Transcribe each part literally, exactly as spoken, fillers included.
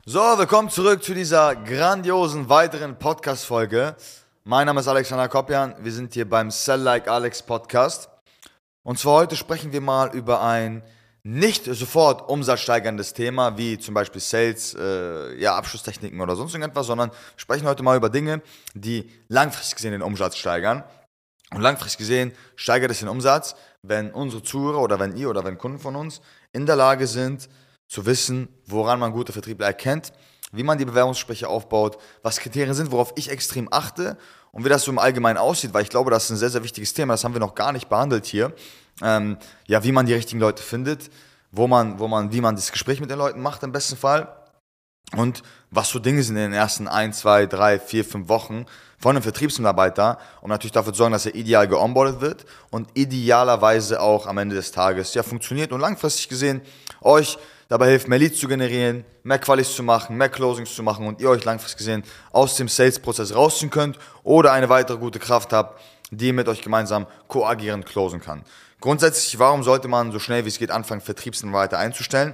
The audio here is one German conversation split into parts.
So, willkommen zurück zu dieser grandiosen weiteren Podcast-Folge. Mein Name ist Alexander Kopjan, wir sind hier beim Sell Like Alex Podcast. Und zwar heute sprechen wir mal über ein nicht sofort umsatzsteigerndes Thema, wie zum Beispiel Sales, äh, ja, Abschlusstechniken oder sonst irgendetwas, sondern wir sprechen heute mal über Dinge, die langfristig gesehen den Umsatz steigern. Und langfristig gesehen steigert es den Umsatz, wenn unsere Zuhörer oder wenn ihr oder wenn Kunden von uns in der Lage sind, zu wissen, woran man gute Vertriebler erkennt, wie man die Bewerbungsgespräche aufbaut, was Kriterien sind, worauf ich extrem achte und wie das so im Allgemeinen aussieht, weil ich glaube, das ist ein sehr, sehr wichtiges Thema, das haben wir noch gar nicht behandelt hier. Ähm, ja, wie man die richtigen Leute findet, wo man, wo man, wie man das Gespräch mit den Leuten macht im besten Fall und was so Dinge sind in den ersten ein, zwei, drei, vier, fünf Wochen von einem Vertriebsmitarbeiter, um natürlich dafür zu sorgen, dass er ideal geonboardet wird und idealerweise auch am Ende des Tages ja funktioniert und langfristig gesehen euch dabei hilft, mehr Leads zu generieren, mehr Qualis zu machen, mehr Closings zu machen und ihr euch langfristig gesehen aus dem Sales-Prozess rausziehen könnt oder eine weitere gute Kraft habt, die mit euch gemeinsam koagierend closen kann. Grundsätzlich, warum sollte man so schnell wie es geht anfangen, Vertriebsmitarbeiter einzustellen?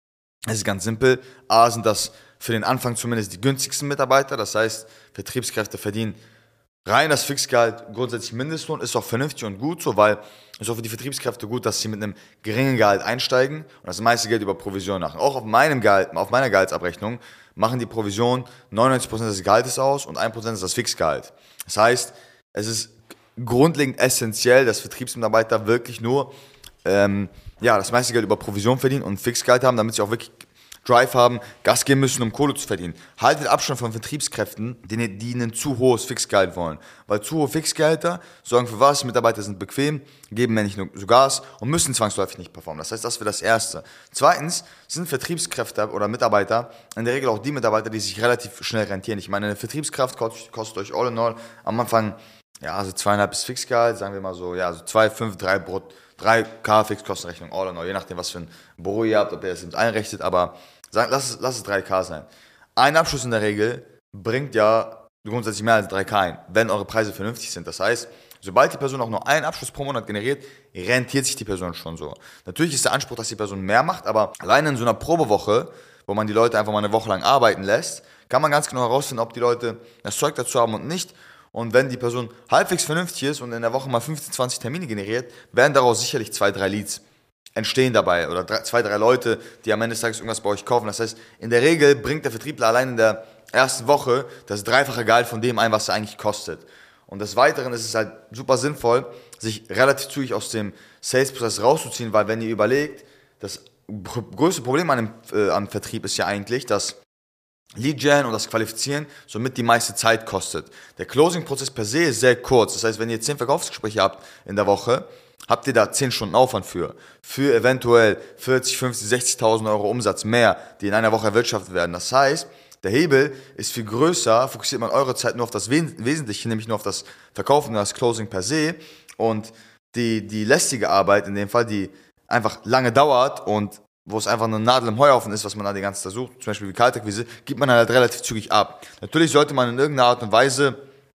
Es ist ganz simpel. A, sind das für den Anfang zumindest die günstigsten Mitarbeiter. Das heißt, Vertriebskräfte verdienen rein das Fixgehalt, grundsätzlich Mindestlohn, ist auch vernünftig und gut so, weil es ist auch für die Vertriebskräfte gut, dass sie mit einem geringen Gehalt einsteigen und das meiste Geld über Provision machen. Auch auf meinem Gehalt, auf meiner Gehaltsabrechnung machen die Provision neunundneunzig Prozent des Gehaltes aus und ein Prozent ist das Fixgehalt. Das heißt, es ist grundlegend essentiell, dass Vertriebsmitarbeiter wirklich nur ähm, ja, das meiste Geld über Provision verdienen und Fixgehalt haben, damit sie auch wirklich Drive haben, Gas geben müssen, um Kohle zu verdienen. Haltet Abstand von Vertriebskräften, die, die ein zu hohes Fixgehalt wollen. Weil zu hohe Fixgehalter sorgen für was? Mitarbeiter sind bequem, geben mehr nicht nur so Gas und müssen zwangsläufig nicht performen. Das heißt, das wäre das Erste. Zweitens sind Vertriebskräfte oder Mitarbeiter in der Regel auch die Mitarbeiter, die sich relativ schnell rentieren. Ich meine, eine Vertriebskraft kostet, kostet euch all in all am Anfang, ja, also zweieinhalb bis Fixgehalt, sagen wir mal so, ja, so zwei, fünf, drei Brot, drei K Fixkostenrechnung, all in all, je nachdem, was für ein Büro ihr habt, ob ihr das eben einrichtet, aber Sag, lass, es, lass es drei K sein. Ein Abschluss in der Regel bringt ja grundsätzlich mehr als drei K ein, wenn eure Preise vernünftig sind. Das heißt, sobald die Person auch nur einen Abschluss pro Monat generiert, rentiert sich die Person schon so. Natürlich ist der Anspruch, dass die Person mehr macht, aber allein in so einer Probewoche, wo man die Leute einfach mal eine Woche lang arbeiten lässt, kann man ganz genau herausfinden, ob die Leute das Zeug dazu haben und nicht. Und wenn die Person halbwegs vernünftig ist und in der Woche mal fünfzehn, zwanzig Termine generiert, werden daraus sicherlich zwei, drei Leads entstehen dabei oder drei, zwei, drei Leute, die am Ende des Tages irgendwas bei euch kaufen. Das heißt, in der Regel bringt der Vertriebler allein in der ersten Woche das dreifache Gehalt von dem ein, was er eigentlich kostet. Und des Weiteren ist es halt super sinnvoll, sich relativ zügig aus dem Sales-Prozess rauszuziehen, weil wenn ihr überlegt, das größte Problem an dem, äh, am Vertrieb ist ja eigentlich, dass Lead-Gen und das Qualifizieren somit die meiste Zeit kostet. Der Closing-Prozess per se ist sehr kurz. Das heißt, wenn ihr zehn Verkaufsgespräche habt in der Woche, habt ihr da zehn Stunden Aufwand für. Für eventuell vierzig, fünfzig, sechzigtausend Euro Umsatz mehr, die in einer Woche erwirtschaftet werden. Das heißt, der Hebel ist viel größer, fokussiert man eure Zeit nur auf das Wesentliche, nämlich nur auf das Verkaufen und das Closing per se. Und die, die lästige Arbeit, in dem Fall, die einfach lange dauert und wo es einfach eine Nadel im Heuhaufen ist, was man da die ganze Zeit sucht, zum Beispiel wie Kaltakquise, gibt man halt relativ zügig ab. Natürlich sollte man in irgendeiner Art und Weise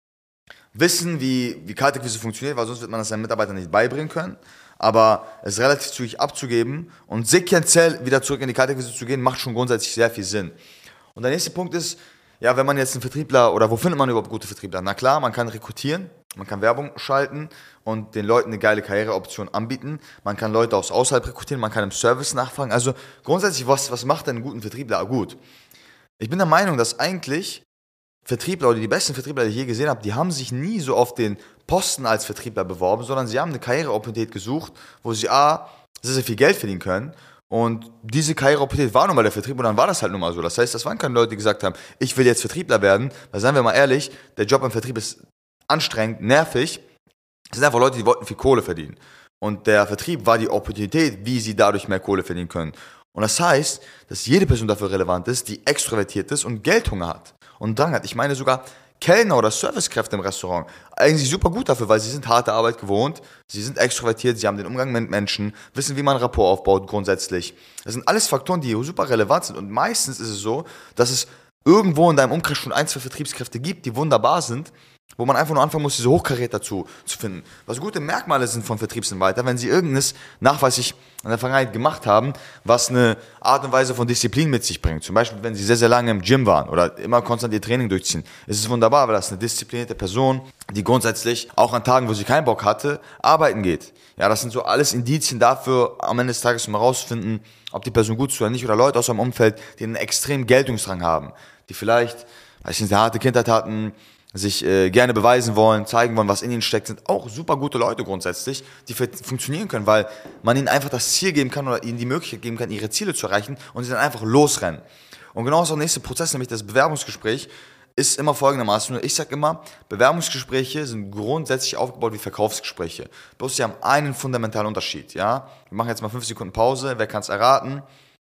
wissen, wie, wie Kaltakquise funktioniert, weil sonst wird man das seinen Mitarbeitern nicht beibringen können. Aber es relativ zügig abzugeben und sequenziell wieder zurück in die Kaltakquise zu gehen, macht schon grundsätzlich sehr viel Sinn. Und der nächste Punkt ist, ja, wenn man jetzt einen Vertriebler, oder wo findet man überhaupt gute Vertriebler? Na klar, man kann rekrutieren, man kann Werbung schalten und den Leuten eine geile Karriereoption anbieten. Man kann Leute aus außerhalb rekrutieren, man kann im Service nachfragen. Also grundsätzlich, was, was macht denn einen guten Vertriebler gut? Ich bin der Meinung, dass eigentlich Vertriebler oder die besten Vertriebler, die ich je gesehen habe, die haben sich nie so auf den Posten als Vertriebler beworben, sondern sie haben eine Karriereopportunität gesucht, wo sie A, sehr, sehr viel Geld verdienen können. Und diese Karriereopportunität war nun mal der Vertrieb und dann war das halt nun mal so. Das heißt, das waren keine Leute, die gesagt haben, ich will jetzt Vertriebler werden. Weil seien wir mal ehrlich, der Job im Vertrieb ist anstrengend, nervig. Das sind einfach Leute, die wollten viel Kohle verdienen. Und der Vertrieb war die Opportunität, wie sie dadurch mehr Kohle verdienen können. Und das heißt, dass jede Person dafür relevant ist, die extrovertiert ist und Geldhunger hat und Drang hat. Ich meine sogar Kellner oder Servicekräfte im Restaurant eigentlich super gut dafür, weil sie sind harte Arbeit gewohnt, sie sind extrovertiert, sie haben den Umgang mit Menschen, wissen, wie man Rapport aufbaut grundsätzlich. Das sind alles Faktoren, die super relevant sind und meistens ist es so, dass es irgendwo in deinem Umkreis schon ein, zwei Vertriebskräfte gibt, die wunderbar sind wo man einfach nur anfangen muss, diese Hochkaräter zu, zu finden. Was gute Merkmale sind von Vertriebsmitarbeitern, wenn sie irgendeines nachweislich in der Vergangenheit gemacht haben, was eine Art und Weise von Disziplin mit sich bringt. Zum Beispiel, wenn sie sehr, sehr lange im Gym waren oder immer konstant ihr Training durchziehen. Es ist wunderbar, weil das eine disziplinierte Person, die grundsätzlich auch an Tagen, wo sie keinen Bock hatte, arbeiten geht. Ja, das sind so alles Indizien dafür, am Ende des Tages um herauszufinden, ob die Person gut ist oder nicht, oder Leute aus seinem Umfeld, die einen extremen Geltungsdrang haben, die vielleicht, weiß ich nicht, eine harte Kindheit hatten, sich äh, gerne beweisen wollen, zeigen wollen, was in ihnen steckt, sind auch super gute Leute grundsätzlich, die funktionieren können, weil man ihnen einfach das Ziel geben kann oder ihnen die Möglichkeit geben kann, ihre Ziele zu erreichen und sie dann einfach losrennen. Und genau das ist auch der nächste Prozess, nämlich das Bewerbungsgespräch, ist immer folgendermaßen. Ich sage immer, Bewerbungsgespräche sind grundsätzlich aufgebaut wie Verkaufsgespräche. Bloß sie haben einen fundamentalen Unterschied. Ja? Wir machen jetzt mal fünf Sekunden Pause, wer kann es erraten?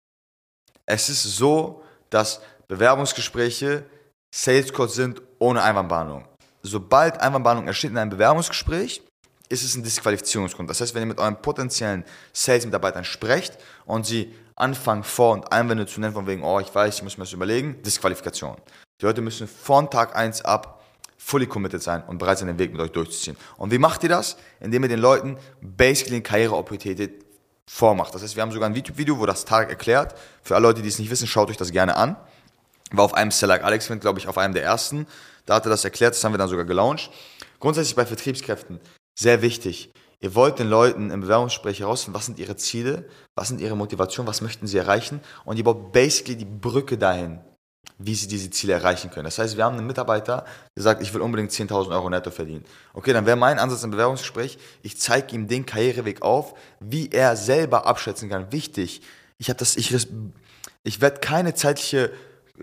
Es ist so, dass Bewerbungsgespräche Sales Calls sind ohne Einwandbehandlung. Sobald Einwandbehandlung entsteht in einem Bewerbungsgespräch, ist es ein Disqualifizierungsgrund. Das heißt, wenn ihr mit euren potenziellen Sales-Mitarbeitern sprecht und sie anfangen, Vor- und Einwände zu nennen, von wegen, oh, ich weiß, ich muss mir das überlegen, Disqualifikation. Die Leute müssen von Tag eins ab fully committed sein und bereit sein, den Weg mit euch durchzuziehen. Und wie macht ihr das? Indem ihr den Leuten basically eine Karriereopportunität vormacht. Das heißt, wir haben sogar ein YouTube-Video, wo das Tarek erklärt. Für alle Leute, die es nicht wissen, schaut euch das gerne an. War auf einem Sell Like Alex Event, glaube ich, auf einem der ersten. Da hat er das erklärt, das haben wir dann sogar gelauncht. Grundsätzlich bei Vertriebskräften, sehr wichtig. Ihr wollt den Leuten im Bewerbungsgespräch herausfinden, was sind ihre Ziele, was sind ihre Motivationen, was möchten sie erreichen. Und ihr baut basically die Brücke dahin, wie sie diese Ziele erreichen können. Das heißt, wir haben einen Mitarbeiter, der sagt, ich will unbedingt zehntausend Euro netto verdienen. Okay, dann wäre mein Ansatz im Bewerbungsgespräch, ich zeige ihm den Karriereweg auf, wie er selber abschätzen kann. Wichtig, ich habe das, ich, ich werde keine zeitliche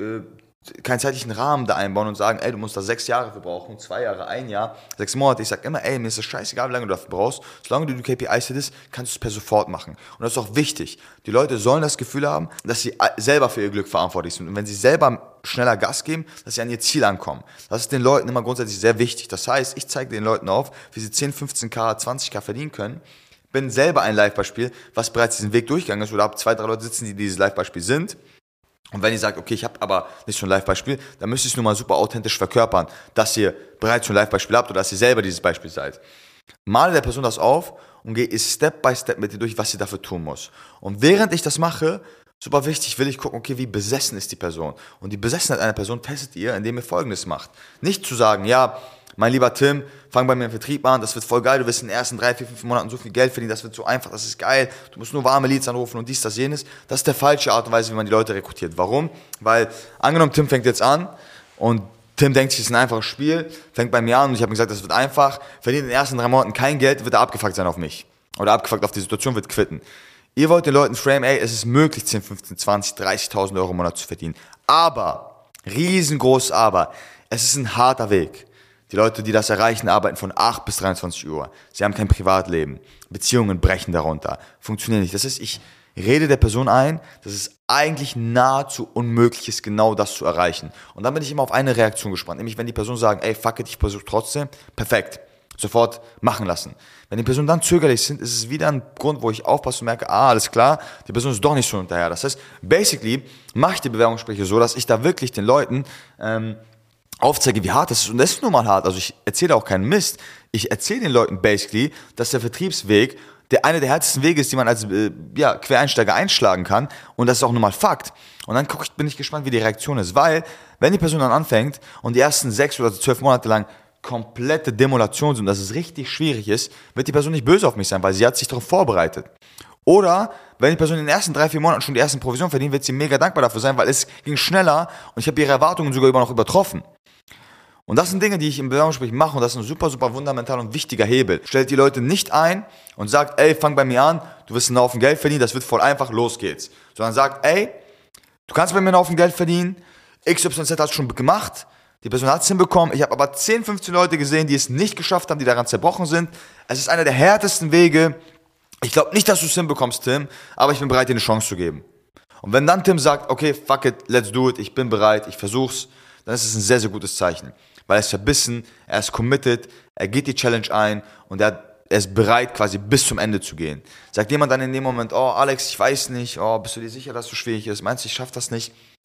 keinen zeitlichen Rahmen da einbauen und sagen, ey, du musst da sechs Jahre für brauchen, zwei Jahre, ein Jahr, sechs Monate. Ich sage immer, ey, mir ist das scheißegal, wie lange du dafür brauchst. Solange du die K P Is hittest, kannst du es per sofort machen. Und das ist auch wichtig. Die Leute sollen das Gefühl haben, dass sie selber für ihr Glück verantwortlich sind. Und wenn sie selber schneller Gas geben, dass sie an ihr Ziel ankommen. Das ist den Leuten immer grundsätzlich sehr wichtig. Das heißt, ich zeige den Leuten auf, wie sie zehn, fünfzehn K, zwanzig K verdienen können. Bin selber ein Live-Beispiel, was bereits diesen Weg durchgegangen ist, oder habe zwei, drei Leute sitzen, die dieses Live-Beispiel sind. Und wenn ihr sagt, okay, ich habe aber nicht so ein Live-Beispiel, dann müsst ihr es nur mal super authentisch verkörpern, dass ihr bereits so ein Live-Beispiel habt oder dass ihr selber dieses Beispiel seid. Male der Person das auf und gehe Step by Step mit ihr durch, was sie dafür tun muss. Und während ich das mache, super wichtig, will ich gucken, okay, wie besessen ist die Person. Und die Besessenheit einer Person testet ihr, indem ihr Folgendes macht. Nicht zu sagen, ja, mein lieber Tim, fang bei mir im Vertrieb an, das wird voll geil, du wirst in den ersten drei, vier, fünf Monaten so viel Geld verdienen, das wird so einfach, das ist geil, du musst nur warme Leads anrufen und dies, das, jenes. Das ist der falsche Art und Weise, wie man die Leute rekrutiert. Warum? Weil, angenommen, Tim fängt jetzt an und Tim denkt sich, es ist ein einfaches Spiel, fängt bei mir an und ich habe ihm gesagt, das wird einfach, verdient in den ersten drei Monaten kein Geld, wird er abgefuckt sein auf mich. Oder abgefuckt auf die Situation, wird quitten. Ihr wollt den Leuten framen, ey, es ist möglich, zehn, fünfzehn, zwanzig, dreißigtausend Euro im Monat zu verdienen. Aber, riesengroß Aber, es ist ein harter Weg. Die Leute, die das erreichen, arbeiten von acht bis dreiundzwanzig Uhr. Sie haben kein Privatleben. Beziehungen brechen darunter. Funktionieren nicht. Das heißt, ich rede der Person ein, dass es eigentlich nahezu unmöglich ist, genau das zu erreichen. Und dann bin ich immer auf eine Reaktion gespannt. Nämlich, wenn die Person sagen, ey, fuck it, ich versuche trotzdem. Perfekt. Sofort machen lassen. Wenn die Personen dann zögerlich sind, ist es wieder ein Grund, wo ich aufpasse und merke, ah, alles klar, die Person ist doch nicht so hinterher. Das heißt, basically mache ich die Bewerbungsgespräche so, dass ich da wirklich den Leuten ähm, aufzeige, wie hart das ist. Und das ist nun mal hart. Also ich erzähle auch keinen Mist. Ich erzähle den Leuten basically, dass der Vertriebsweg der eine der härtesten Wege ist, die man als äh, ja, Quereinsteiger einschlagen kann. Und das ist auch nun mal Fakt. Und dann guck ich, bin ich gespannt, wie die Reaktion ist. Weil, wenn die Person dann anfängt und die ersten sechs oder zwölf Monate lang komplette Demolation sind, dass es richtig schwierig ist, wird die Person nicht böse auf mich sein, weil sie hat sich darauf vorbereitet. Oder, wenn die Person in den ersten drei, vier Monaten schon die ersten Provisionen verdient, wird sie mega dankbar dafür sein, weil es ging schneller und ich habe ihre Erwartungen sogar immer noch übertroffen. Und das sind Dinge, die ich im Bewerbungsgespräch mache und das ist ein super, super fundamentaler und wichtiger Hebel. Stellt die Leute nicht ein und sagt, ey, fang bei mir an, du wirst einen Haufen Geld verdienen, das wird voll einfach, los geht's. Sondern sagt, ey, du kannst bei mir einen Haufen Geld verdienen, X Y Z hat es schon gemacht, die Person hat es hinbekommen, ich habe aber zehn, fünfzehn Leute gesehen, die es nicht geschafft haben, die daran zerbrochen sind. Es ist einer der härtesten Wege. Ich glaube nicht, dass du es hinbekommst, Tim, aber ich bin bereit, dir eine Chance zu geben. Und wenn dann Tim sagt, okay, fuck it, let's do it, ich bin bereit, ich versuch's, dann ist es ein sehr, sehr gutes Zeichen. Weil er ist verbissen, er ist committed, er geht die Challenge ein und er, er ist bereit, quasi bis zum Ende zu gehen. Sagt jemand dann in dem Moment, oh Alex, ich weiß nicht, oh, bist du dir sicher, dass es so schwierig ist, meinst du, ich schaff das nicht?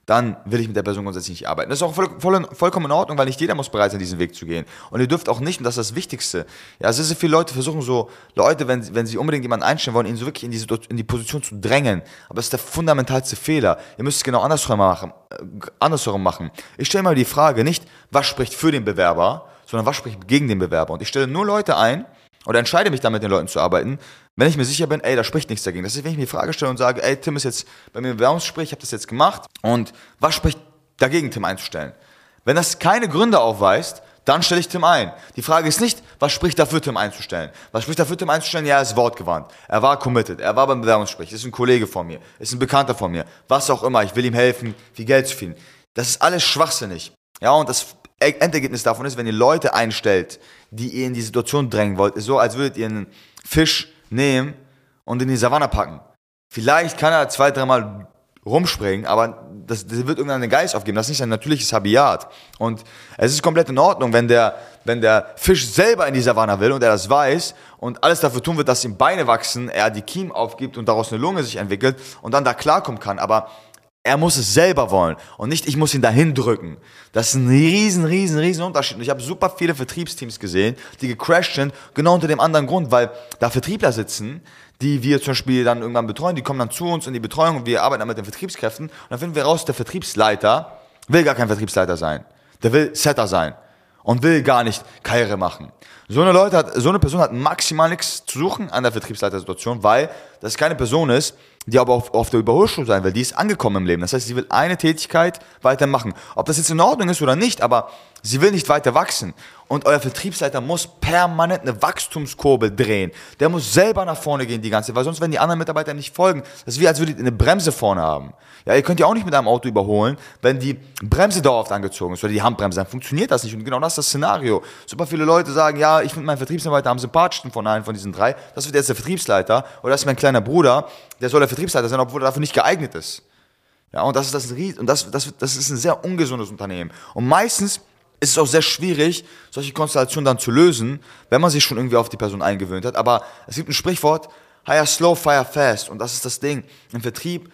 dann will ich mit der Person grundsätzlich nicht arbeiten. Das ist auch voll, voll, vollkommen in Ordnung, weil nicht jeder muss bereit sein, diesen Weg zu gehen. Und ihr dürft auch nicht, und das ist das Wichtigste, ja, sehr, sehr viele Leute versuchen so, Leute, wenn, wenn sie unbedingt jemanden einstellen wollen, ihn so wirklich in die, in die Position zu drängen. Aber das ist der fundamentalste Fehler. Ihr müsst es genau andersrum machen. Äh, andersherum machen. Ich stelle mal die Frage nicht, was spricht für den Bewerber, sondern was spricht gegen den Bewerber. Und ich stelle nur Leute ein, oder entscheide mich dann mit den Leuten zu arbeiten, wenn ich mir sicher bin, ey, da spricht nichts dagegen. Das ist, wenn ich mir die Frage stelle und sage, ey, Tim ist jetzt bei mir im Bewerbungsgespräch, ich habe das jetzt gemacht und was spricht dagegen, Tim einzustellen? Wenn das keine Gründe aufweist, dann stelle ich Tim ein. Die Frage ist nicht, was spricht dafür, Tim einzustellen? Was spricht dafür, Tim einzustellen? Ja, er ist wortgewandt. Er war committed. Er war beim Bewerbungsgespräch. Ist ein Kollege von mir. Ist ein Bekannter von mir. Was auch immer. Ich will ihm helfen, viel Geld zu verdienen. Das ist alles schwachsinnig. Ja, und das Endergebnis davon ist, wenn ihr Leute einstellt, die ihr in die Situation drängen wollt, ist so, als würdet ihr einen Fisch nehmen und in die Savanne packen. Vielleicht kann er zwei, dreimal rumspringen, aber das, das wird irgendeinen Geist aufgeben. Das ist nicht sein natürliches Habitat. Und es ist komplett in Ordnung, wenn der, wenn der Fisch selber in die Savanne will und er das weiß und alles dafür tun wird, dass ihm Beine wachsen, er die Kiemen aufgibt und daraus eine Lunge sich entwickelt und dann da klarkommen kann. Aber er muss es selber wollen und nicht, ich muss ihn dahin drücken. Das ist ein riesen, riesen, riesen Unterschied. Und ich habe super viele Vertriebsteams gesehen, die gecrashed sind, genau unter dem anderen Grund, weil da Vertriebler sitzen, die wir zum Beispiel dann irgendwann betreuen, die kommen dann zu uns in die Betreuung und wir arbeiten dann mit den Vertriebskräften und dann finden wir raus, der Vertriebsleiter will gar kein Vertriebsleiter sein. Der will Setter sein und will gar nicht Karriere machen. So eine Leute hat, so eine Person hat maximal nichts zu suchen an der Vertriebsleitersituation, weil das keine Person ist, die aber auf, auf der Überholspur sein will, die ist angekommen im Leben. Das heißt, sie will eine Tätigkeit weitermachen. Ob das jetzt in Ordnung ist oder nicht, aber sie will nicht weiter wachsen. Und euer Vertriebsleiter muss permanent eine Wachstumskurbel drehen. Der muss selber nach vorne gehen die ganze Zeit, weil sonst werden die anderen Mitarbeiter nicht folgen. Das ist wie, als würdet ihr eine Bremse vorne haben. Ja, ihr könnt ja auch nicht mit einem Auto überholen, wenn die Bremse dauerhaft angezogen ist oder die Handbremse, dann funktioniert das nicht. Und genau das ist das Szenario. Super viele Leute sagen, ja, ich finde meinen Vertriebsmitarbeiter am sympathischsten von einem von diesen drei. Das wird jetzt der Vertriebsleiter oder das ist mein kleiner Bruder, der soll der Vertriebsleiter sein, obwohl er dafür nicht geeignet ist. Ja, und das ist das Ries- und das, das, das ist ein sehr ungesundes Unternehmen. Und meistens ist es auch sehr schwierig, solche Konstellationen dann zu lösen, wenn man sich schon irgendwie auf die Person eingewöhnt hat. Aber es gibt ein Sprichwort, hire slow, fire fast. Und das ist das Ding. Im Vertrieb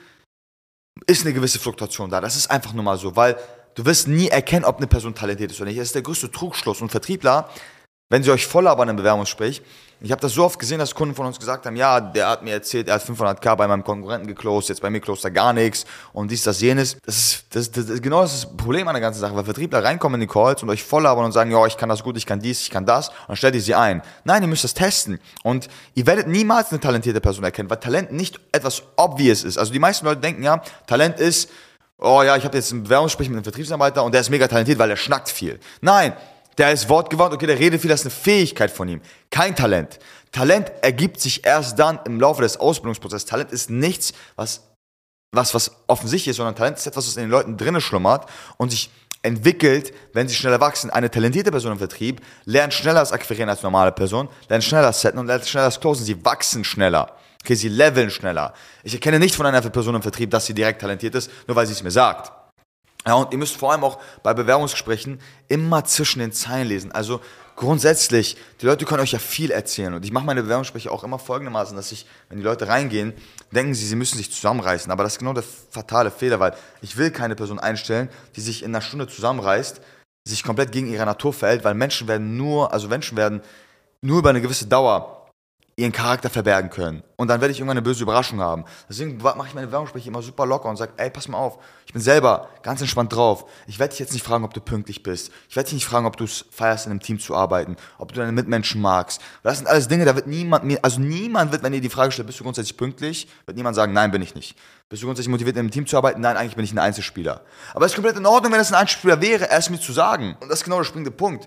ist eine gewisse Fluktuation da. Das ist einfach nur mal so, weil du wirst nie erkennen, ob eine Person talentiert ist oder nicht. Das ist der größte Trugschluss. Und Vertriebler, wenn sie euch voll labern im Bewerbungsgespräch, ich habe das so oft gesehen, dass Kunden von uns gesagt haben, ja, der hat mir erzählt, er hat fünfhunderttausend bei meinem Konkurrenten geclosed, jetzt bei mir closed er gar nichts und dies, das, jenes. Das ist, das, das, das, genau das ist das Problem an der ganzen Sache, weil Vertriebler reinkommen in die Calls und euch voll labern und sagen, ja, ich kann das gut, ich kann dies, ich kann das und dann stellt ihr sie ein. Nein, ihr müsst das testen und ihr werdet niemals eine talentierte Person erkennen, weil Talent nicht etwas obvious ist. Also die meisten Leute denken ja, Talent ist, oh ja, ich habe jetzt ein Bewerbungsgespräch mit einem Vertriebsarbeiter und der ist mega talentiert, weil er schnackt viel. Nein, der ist wortgewandt, okay, der redet viel, das ist eine Fähigkeit von ihm, kein Talent. Talent ergibt sich erst dann im Laufe des Ausbildungsprozesses. Talent ist nichts, was, was, was offensichtlich ist, sondern Talent ist etwas, was in den Leuten drinnen schlummert und sich entwickelt, wenn sie schneller wachsen. Eine talentierte Person im Vertrieb lernt schneller das Akquirieren als normale Person, lernt schneller das Setten und lernt schneller das Closen. Sie wachsen schneller. Okay, sie leveln schneller. Ich erkenne nicht von einer Person im Vertrieb, dass sie direkt talentiert ist, nur weil sie es mir sagt. Ja, und ihr müsst vor allem auch bei Bewerbungsgesprächen immer zwischen den Zeilen lesen. Also grundsätzlich, die Leute können euch ja viel erzählen. Und ich mache meine Bewerbungsgespräche auch immer folgendermaßen, dass ich, wenn die Leute reingehen, denken sie, sie müssen sich zusammenreißen. Aber das ist genau der fatale Fehler, weil ich will keine Person einstellen, die sich in einer Stunde zusammenreißt, sich komplett gegen ihre Natur verhält, weil Menschen werden nur, also Menschen werden nur über eine gewisse Dauer ihren Charakter verbergen können. Und dann werde ich irgendwann eine böse Überraschung haben. Deswegen mache ich meine Bewerbungsgespräche immer super locker und sage, ey, pass mal auf, ich bin selber ganz entspannt drauf. Ich werde dich jetzt nicht fragen, ob du pünktlich bist. Ich werde dich nicht fragen, ob du es feierst, in einem Team zu arbeiten, ob du deine Mitmenschen magst. Das sind alles Dinge, da wird niemand mir, also niemand wird, wenn ihr die Frage stellt, bist du grundsätzlich pünktlich, wird niemand sagen, nein, bin ich nicht. Bist du grundsätzlich motiviert, in einem Team zu arbeiten? Nein, eigentlich bin ich ein Einzelspieler. Aber es ist komplett in Ordnung, wenn es ein Einzelspieler wäre, erst mir zu sagen. Und das ist genau der springende Punkt.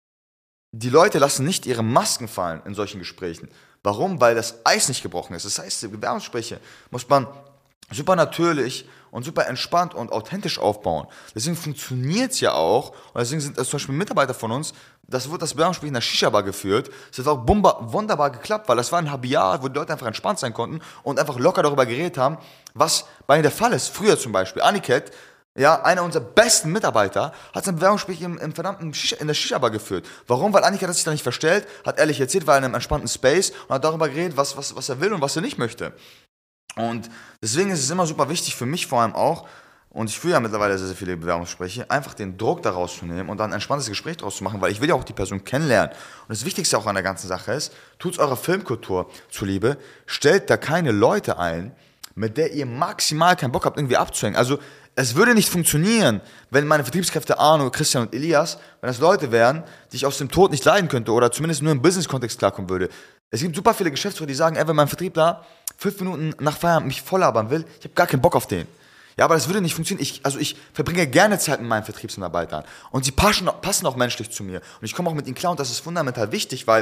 Die Leute lassen nicht ihre Masken fallen in solchen Gesprächen. Warum? Weil das Eis nicht gebrochen ist. Das heißt, die Bewerbungsgespräche muss man super natürlich und super entspannt und authentisch aufbauen. Deswegen funktioniert es ja auch, und deswegen sind das zum Beispiel Mitarbeiter von uns, das wird das Bewerbungsgespräch in der Shisha-Bar geführt. Das hat auch bumba, wunderbar geklappt, weil das war ein Habiat, wo die Leute einfach entspannt sein konnten und einfach locker darüber geredet haben, was bei ihnen der Fall ist. Früher zum Beispiel, Aniket, ja, einer unserer besten Mitarbeiter hat sein Bewerbungsgespräch im, im verdammten Shisha, in der Shisha-Bar geführt. Warum? Weil Annika hat sich da nicht verstellt, hat ehrlich erzählt, war in einem entspannten Space und hat darüber geredet, was, was, was er will und was er nicht möchte. Und deswegen ist es immer super wichtig für mich vor allem auch, und ich führe ja mittlerweile sehr, sehr viele Bewerbungsgespräche, einfach den Druck daraus zu nehmen und dann ein entspanntes Gespräch daraus zu machen, weil ich will ja auch die Person kennenlernen. Und das Wichtigste auch an der ganzen Sache ist, tut es eurer Filmkultur zuliebe, stellt da keine Leute ein, mit der ihr maximal keinen Bock habt, irgendwie abzuhängen. Also es würde nicht funktionieren, wenn meine Vertriebskräfte Arno, Christian und Elias, wenn das Leute wären, die ich aus dem Tod nicht leiden könnte oder zumindest nur im Business-Kontext klarkommen würde. Es gibt super viele Geschäftsführer, die sagen, ey, wenn mein Vertriebler fünf Minuten nach Feierabend mich voll labern will, ich habe gar keinen Bock auf den. Ja, aber das würde nicht funktionieren. Ich, also ich verbringe gerne Zeit mit meinen Vertriebsmitarbeitern und sie passen, passen auch menschlich zu mir. Und ich komme auch mit ihnen klar und das ist fundamental wichtig, weil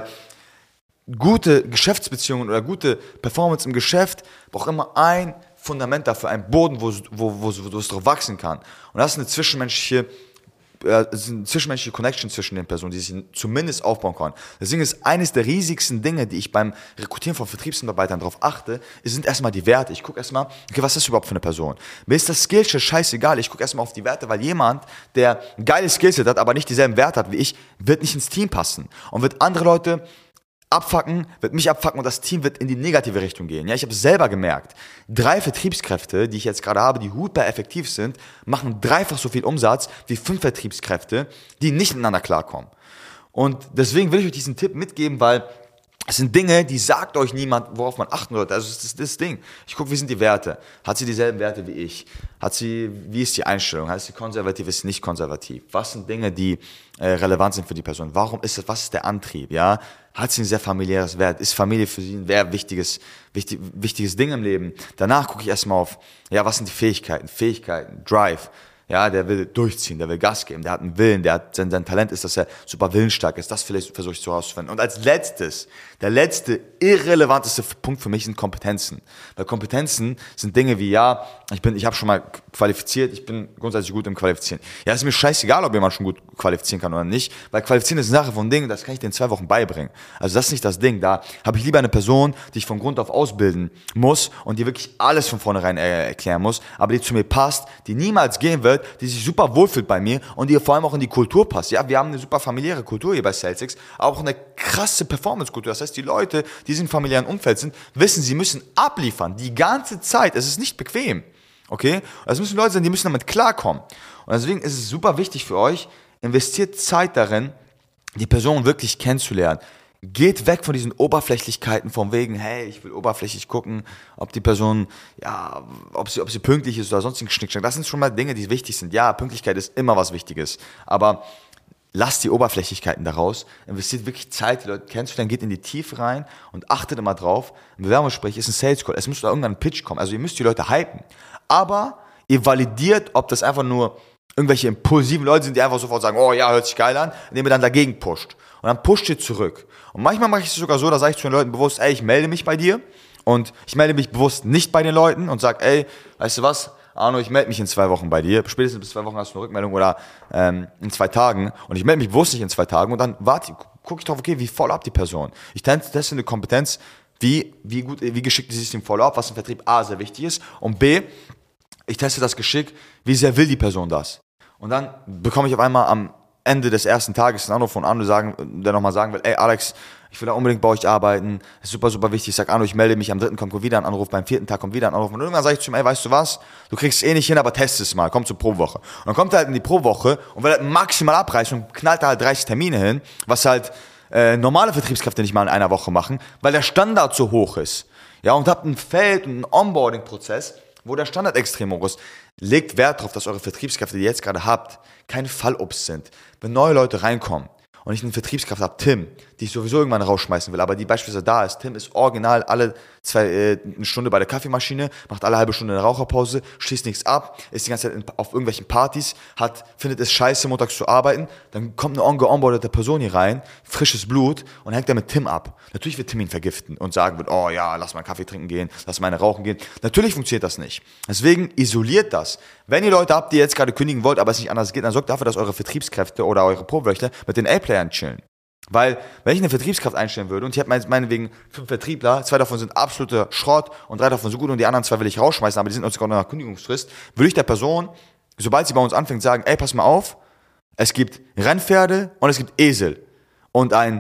gute Geschäftsbeziehungen oder gute Performance im Geschäft braucht immer ein Fundament dafür, ein Boden, wo, wo, wo, wo es drauf wachsen kann. Und das ist eine zwischenmenschliche, äh, eine zwischenmenschliche Connection zwischen den Personen, die sich zumindest aufbauen kann. Deswegen ist eines der riesigsten Dinge, die ich beim Rekrutieren von Vertriebsmitarbeitern darauf achte, sind erstmal die Werte. Ich gucke erstmal, okay, was ist das überhaupt für eine Person? Mir ist das Skillset scheißegal, ich gucke erstmal auf die Werte, weil jemand, der ein geiles Skillset hat, aber nicht dieselben Werte hat wie ich, wird nicht ins Team passen und wird andere Leute abfacken, wird mich abfacken und das Team wird in die negative Richtung gehen. Ja, ich habe es selber gemerkt. Drei Vertriebskräfte, die ich jetzt gerade habe, die hutbar effektiv sind, machen dreifach so viel Umsatz wie fünf Vertriebskräfte, die nicht miteinander klarkommen. Und deswegen will ich euch diesen Tipp mitgeben, weil es sind Dinge, die sagt euch niemand, worauf man achten sollte. Also das ist das Ding. Ich gucke, wie sind die Werte? Hat sie dieselben Werte wie ich? Hat sie, wie ist die Einstellung? Ist sie konservativ, ist sie nicht konservativ? Was sind Dinge, die äh, relevant sind für die Person? Warum ist das, was ist der Antrieb? Ja? Hat sie ein sehr familiäres Wert? Ist Familie für sie ein sehr wichtiges, wichtig, wichtiges Ding im Leben? Danach gucke ich erstmal auf, ja, was sind die Fähigkeiten? Fähigkeiten, Drive. Ja, der will durchziehen, der will Gas geben, der hat einen Willen, der hat, sein, sein Talent ist, dass er super willensstark ist. Das vielleicht versuche ich so herauszufinden. Und als letztes, der letzte, irrelevanteste Punkt für mich sind Kompetenzen. Weil Kompetenzen sind Dinge wie, ja, ich bin, ich habe schon mal qualifiziert, ich bin grundsätzlich gut im Qualifizieren. Ja, ist mir scheißegal, ob jemand schon gut qualifizieren kann oder nicht, weil Qualifizieren ist eine Sache von Dingen, das kann ich dir in zwei Wochen beibringen. Also das ist nicht das Ding. Da habe ich lieber eine Person, die ich von Grund auf ausbilden muss und die wirklich alles von vornherein äh, erklären muss, aber die zu mir passt, die niemals gehen wird, die sich super wohlfühlt bei mir und die vor allem auch in die Kultur passt. Ja, wir haben eine super familiäre Kultur hier bei Celtics, aber auch eine krasse Performance-Kultur. Das heißt, die Leute, die in familiären Umfeld sind, wissen, sie müssen abliefern, die ganze Zeit. Es ist nicht bequem, okay? Das müssen Leute sein, die müssen damit klarkommen. Und deswegen ist es super wichtig für euch, investiert Zeit darin, die Person wirklich kennenzulernen. Geht weg von diesen Oberflächlichkeiten von wegen, hey, ich will oberflächlich gucken, ob die Person, ja, ob sie, ob sie pünktlich ist oder sonstigen Schnickschnack. Das sind schon mal Dinge, die wichtig sind. Ja, Pünktlichkeit ist immer was Wichtiges, aber lasst die Oberflächlichkeiten daraus, investiert wirklich Zeit, die Leute kennenzulernen, geht in die Tiefe rein und achtet immer drauf. Ein Bewerbungsgespräch ist ein Sales Call, es muss da irgendwann ein Pitch kommen, also ihr müsst die Leute hypen, aber ihr validiert, ob das einfach nur irgendwelche impulsiven Leute sind, die einfach sofort sagen, oh ja, hört sich geil an, indem ihr dann dagegen pusht. Und dann pusht ihr zurück. Und manchmal mache ich es sogar so, da sage ich zu den Leuten bewusst, ey, ich melde mich bei dir. Und ich melde mich bewusst nicht bei den Leuten und sage, ey, weißt du was, Arno, ich melde mich in zwei Wochen bei dir. Spätestens bis zwei Wochen hast du eine Rückmeldung oder ähm, in zwei Tagen. Und ich melde mich bewusst nicht in zwei Tagen. Und dann warte, gucke ich drauf, okay, wie Follow-up die Person. Ich teste eine Kompetenz, wie, wie gut, wie geschickt ist sie im Follow-up, was im Vertrieb A sehr wichtig ist. Und B, ich teste das Geschick, wie sehr will die Person das. Und dann bekomme ich auf einmal am Ende des ersten Tages einen Anruf von Arno, sagen, der nochmal sagen will, ey Alex, ich will da unbedingt bei euch arbeiten, das ist super, super wichtig. Ich sage, Arno, ich melde mich, am dritten kommt wieder ein Anruf, beim vierten Tag kommt wieder ein Anruf. Und irgendwann sage ich zu ihm, ey, weißt du was, du kriegst es eh nicht hin, aber test es mal, komm zur Probewoche. Und dann kommt er halt in die Probewoche und will halt maximal abreißen und knallt da halt dreißig Termine hin, was halt äh, normale Vertriebskräfte nicht mal in einer Woche machen, weil der Standard so hoch ist. Ja, und habt ein Feld und einen Onboarding-Prozess, wo der Standard extrem hoch ist. Legt Wert darauf, dass eure Vertriebskräfte, die ihr jetzt gerade habt, keine Fallobst sind. Wenn neue Leute reinkommen und ich eine Vertriebskraft habe, Tim, die ich sowieso irgendwann rausschmeißen will, aber die beispielsweise da ist, Tim ist original alle zwei, äh, eine Stunde bei der Kaffeemaschine, macht alle halbe Stunde eine Raucherpause, schließt nichts ab, ist die ganze Zeit in, auf irgendwelchen Partys, hat, findet es scheiße, montags zu arbeiten, dann kommt eine ongeonboardete Person hier rein, frisches Blut und hängt er mit Tim ab. Natürlich wird Tim ihn vergiften und sagen wird, oh ja, lass mal einen Kaffee trinken gehen, lass mal eine rauchen gehen. Natürlich funktioniert das nicht. Deswegen isoliert das. Wenn ihr Leute habt, die jetzt gerade kündigen wollt, aber es nicht anders geht, dann sorgt dafür, dass eure Vertriebskräfte oder eure Probewöchler mit den A-Playern chillen. Weil, wenn ich eine Vertriebskraft einstellen würde und ich habe meinetwegen fünf Vertriebler, zwei davon sind absoluter Schrott und drei davon so gut und die anderen zwei will ich rausschmeißen, aber die sind uns gerade nach Kündigungsfrist, würde ich der Person, sobald sie bei uns anfängt, sagen, ey, pass mal auf, es gibt Rennpferde und es gibt Esel. Und ein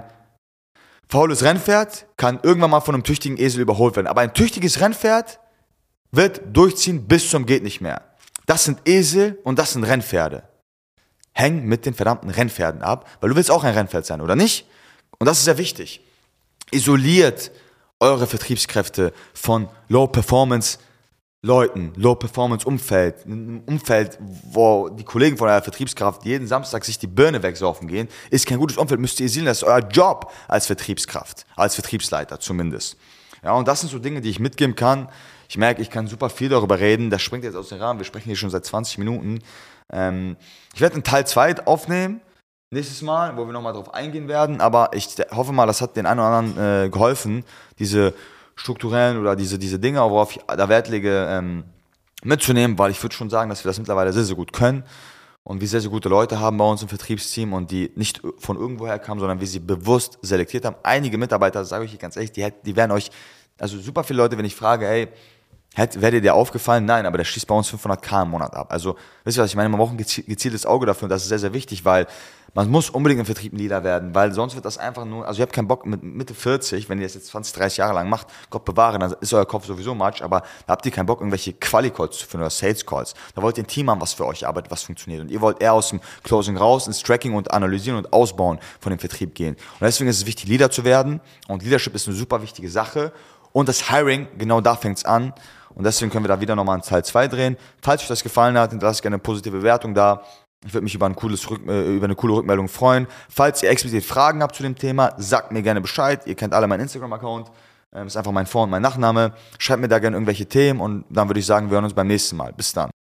faules Rennpferd kann irgendwann mal von einem tüchtigen Esel überholt werden. Aber ein tüchtiges Rennpferd wird durchziehen bis zum geht nicht mehr. Das sind Esel und das sind Rennpferde. Häng mit den verdammten Rennpferden ab, weil du willst auch ein Rennpferd sein, oder nicht? Und das ist sehr wichtig. Isoliert eure Vertriebskräfte von Low-Performance-Leuten, Low-Performance-Umfeld, ein Umfeld, wo die Kollegen von eurer Vertriebskraft jeden Samstag sich die Birne wegsaufen gehen, ist kein gutes Umfeld, müsst ihr isolieren. Das ist euer Job als Vertriebskraft, als Vertriebsleiter zumindest. Ja, und das sind so Dinge, die ich mitgeben kann. Ich merke, ich kann super viel darüber reden. Das springt jetzt aus dem Rahmen. Wir sprechen hier schon seit zwanzig Minuten. Ähm, ich werde einen Teil zwei aufnehmen, nächstes Mal, wo wir nochmal drauf eingehen werden. Aber ich hoffe mal, das hat den einen oder anderen äh, geholfen, diese strukturellen oder diese, diese Dinge, worauf ich da Wert lege, ähm, mitzunehmen. Weil ich würde schon sagen, dass wir das mittlerweile sehr, sehr gut können. Und wir sehr, sehr gute Leute haben bei uns im Vertriebsteam und die nicht von irgendwoher kamen, sondern wir sie bewusst selektiert haben. Einige Mitarbeiter, sage ich ganz ehrlich, die, hätten, die wären euch, also super viele Leute, wenn ich frage, hey, wäre dir aufgefallen? Nein, aber der schließt bei uns fünfhunderttausend im Monat ab. Also, wisst ihr was ich meine? Man braucht ein gezieltes Auge dafür und das ist sehr, sehr wichtig, weil man muss unbedingt im Vertrieb ein Leader werden, weil sonst wird das einfach nur, also ihr habt keinen Bock mit Mitte vierzig, wenn ihr das jetzt zwanzig, dreißig Jahre lang macht, Gott bewahre, dann ist euer Kopf sowieso matsch, aber da habt ihr keinen Bock, irgendwelche Quali-Calls zu führen oder Sales-Calls. Da wollt ihr ein Team haben, was für euch arbeitet, was funktioniert und ihr wollt eher aus dem Closing raus, ins Tracking und Analysieren und Ausbauen von dem Vertrieb gehen. Und deswegen ist es wichtig, Leader zu werden und Leadership ist eine super wichtige Sache und das Hiring, genau da fängt es an. Und deswegen können wir da wieder nochmal einen Teil zwei drehen. Falls euch das gefallen hat, hinterlasst gerne eine positive Bewertung da. Ich würde mich über, ein cooles Rück, äh, über eine coole Rückmeldung freuen. Falls ihr explizit Fragen habt zu dem Thema, sagt mir gerne Bescheid. Ihr kennt alle meinen Instagram-Account. Ähm, ist einfach mein Vor- und mein Nachname. Schreibt mir da gerne irgendwelche Themen und dann würde ich sagen, wir hören uns beim nächsten Mal. Bis dann.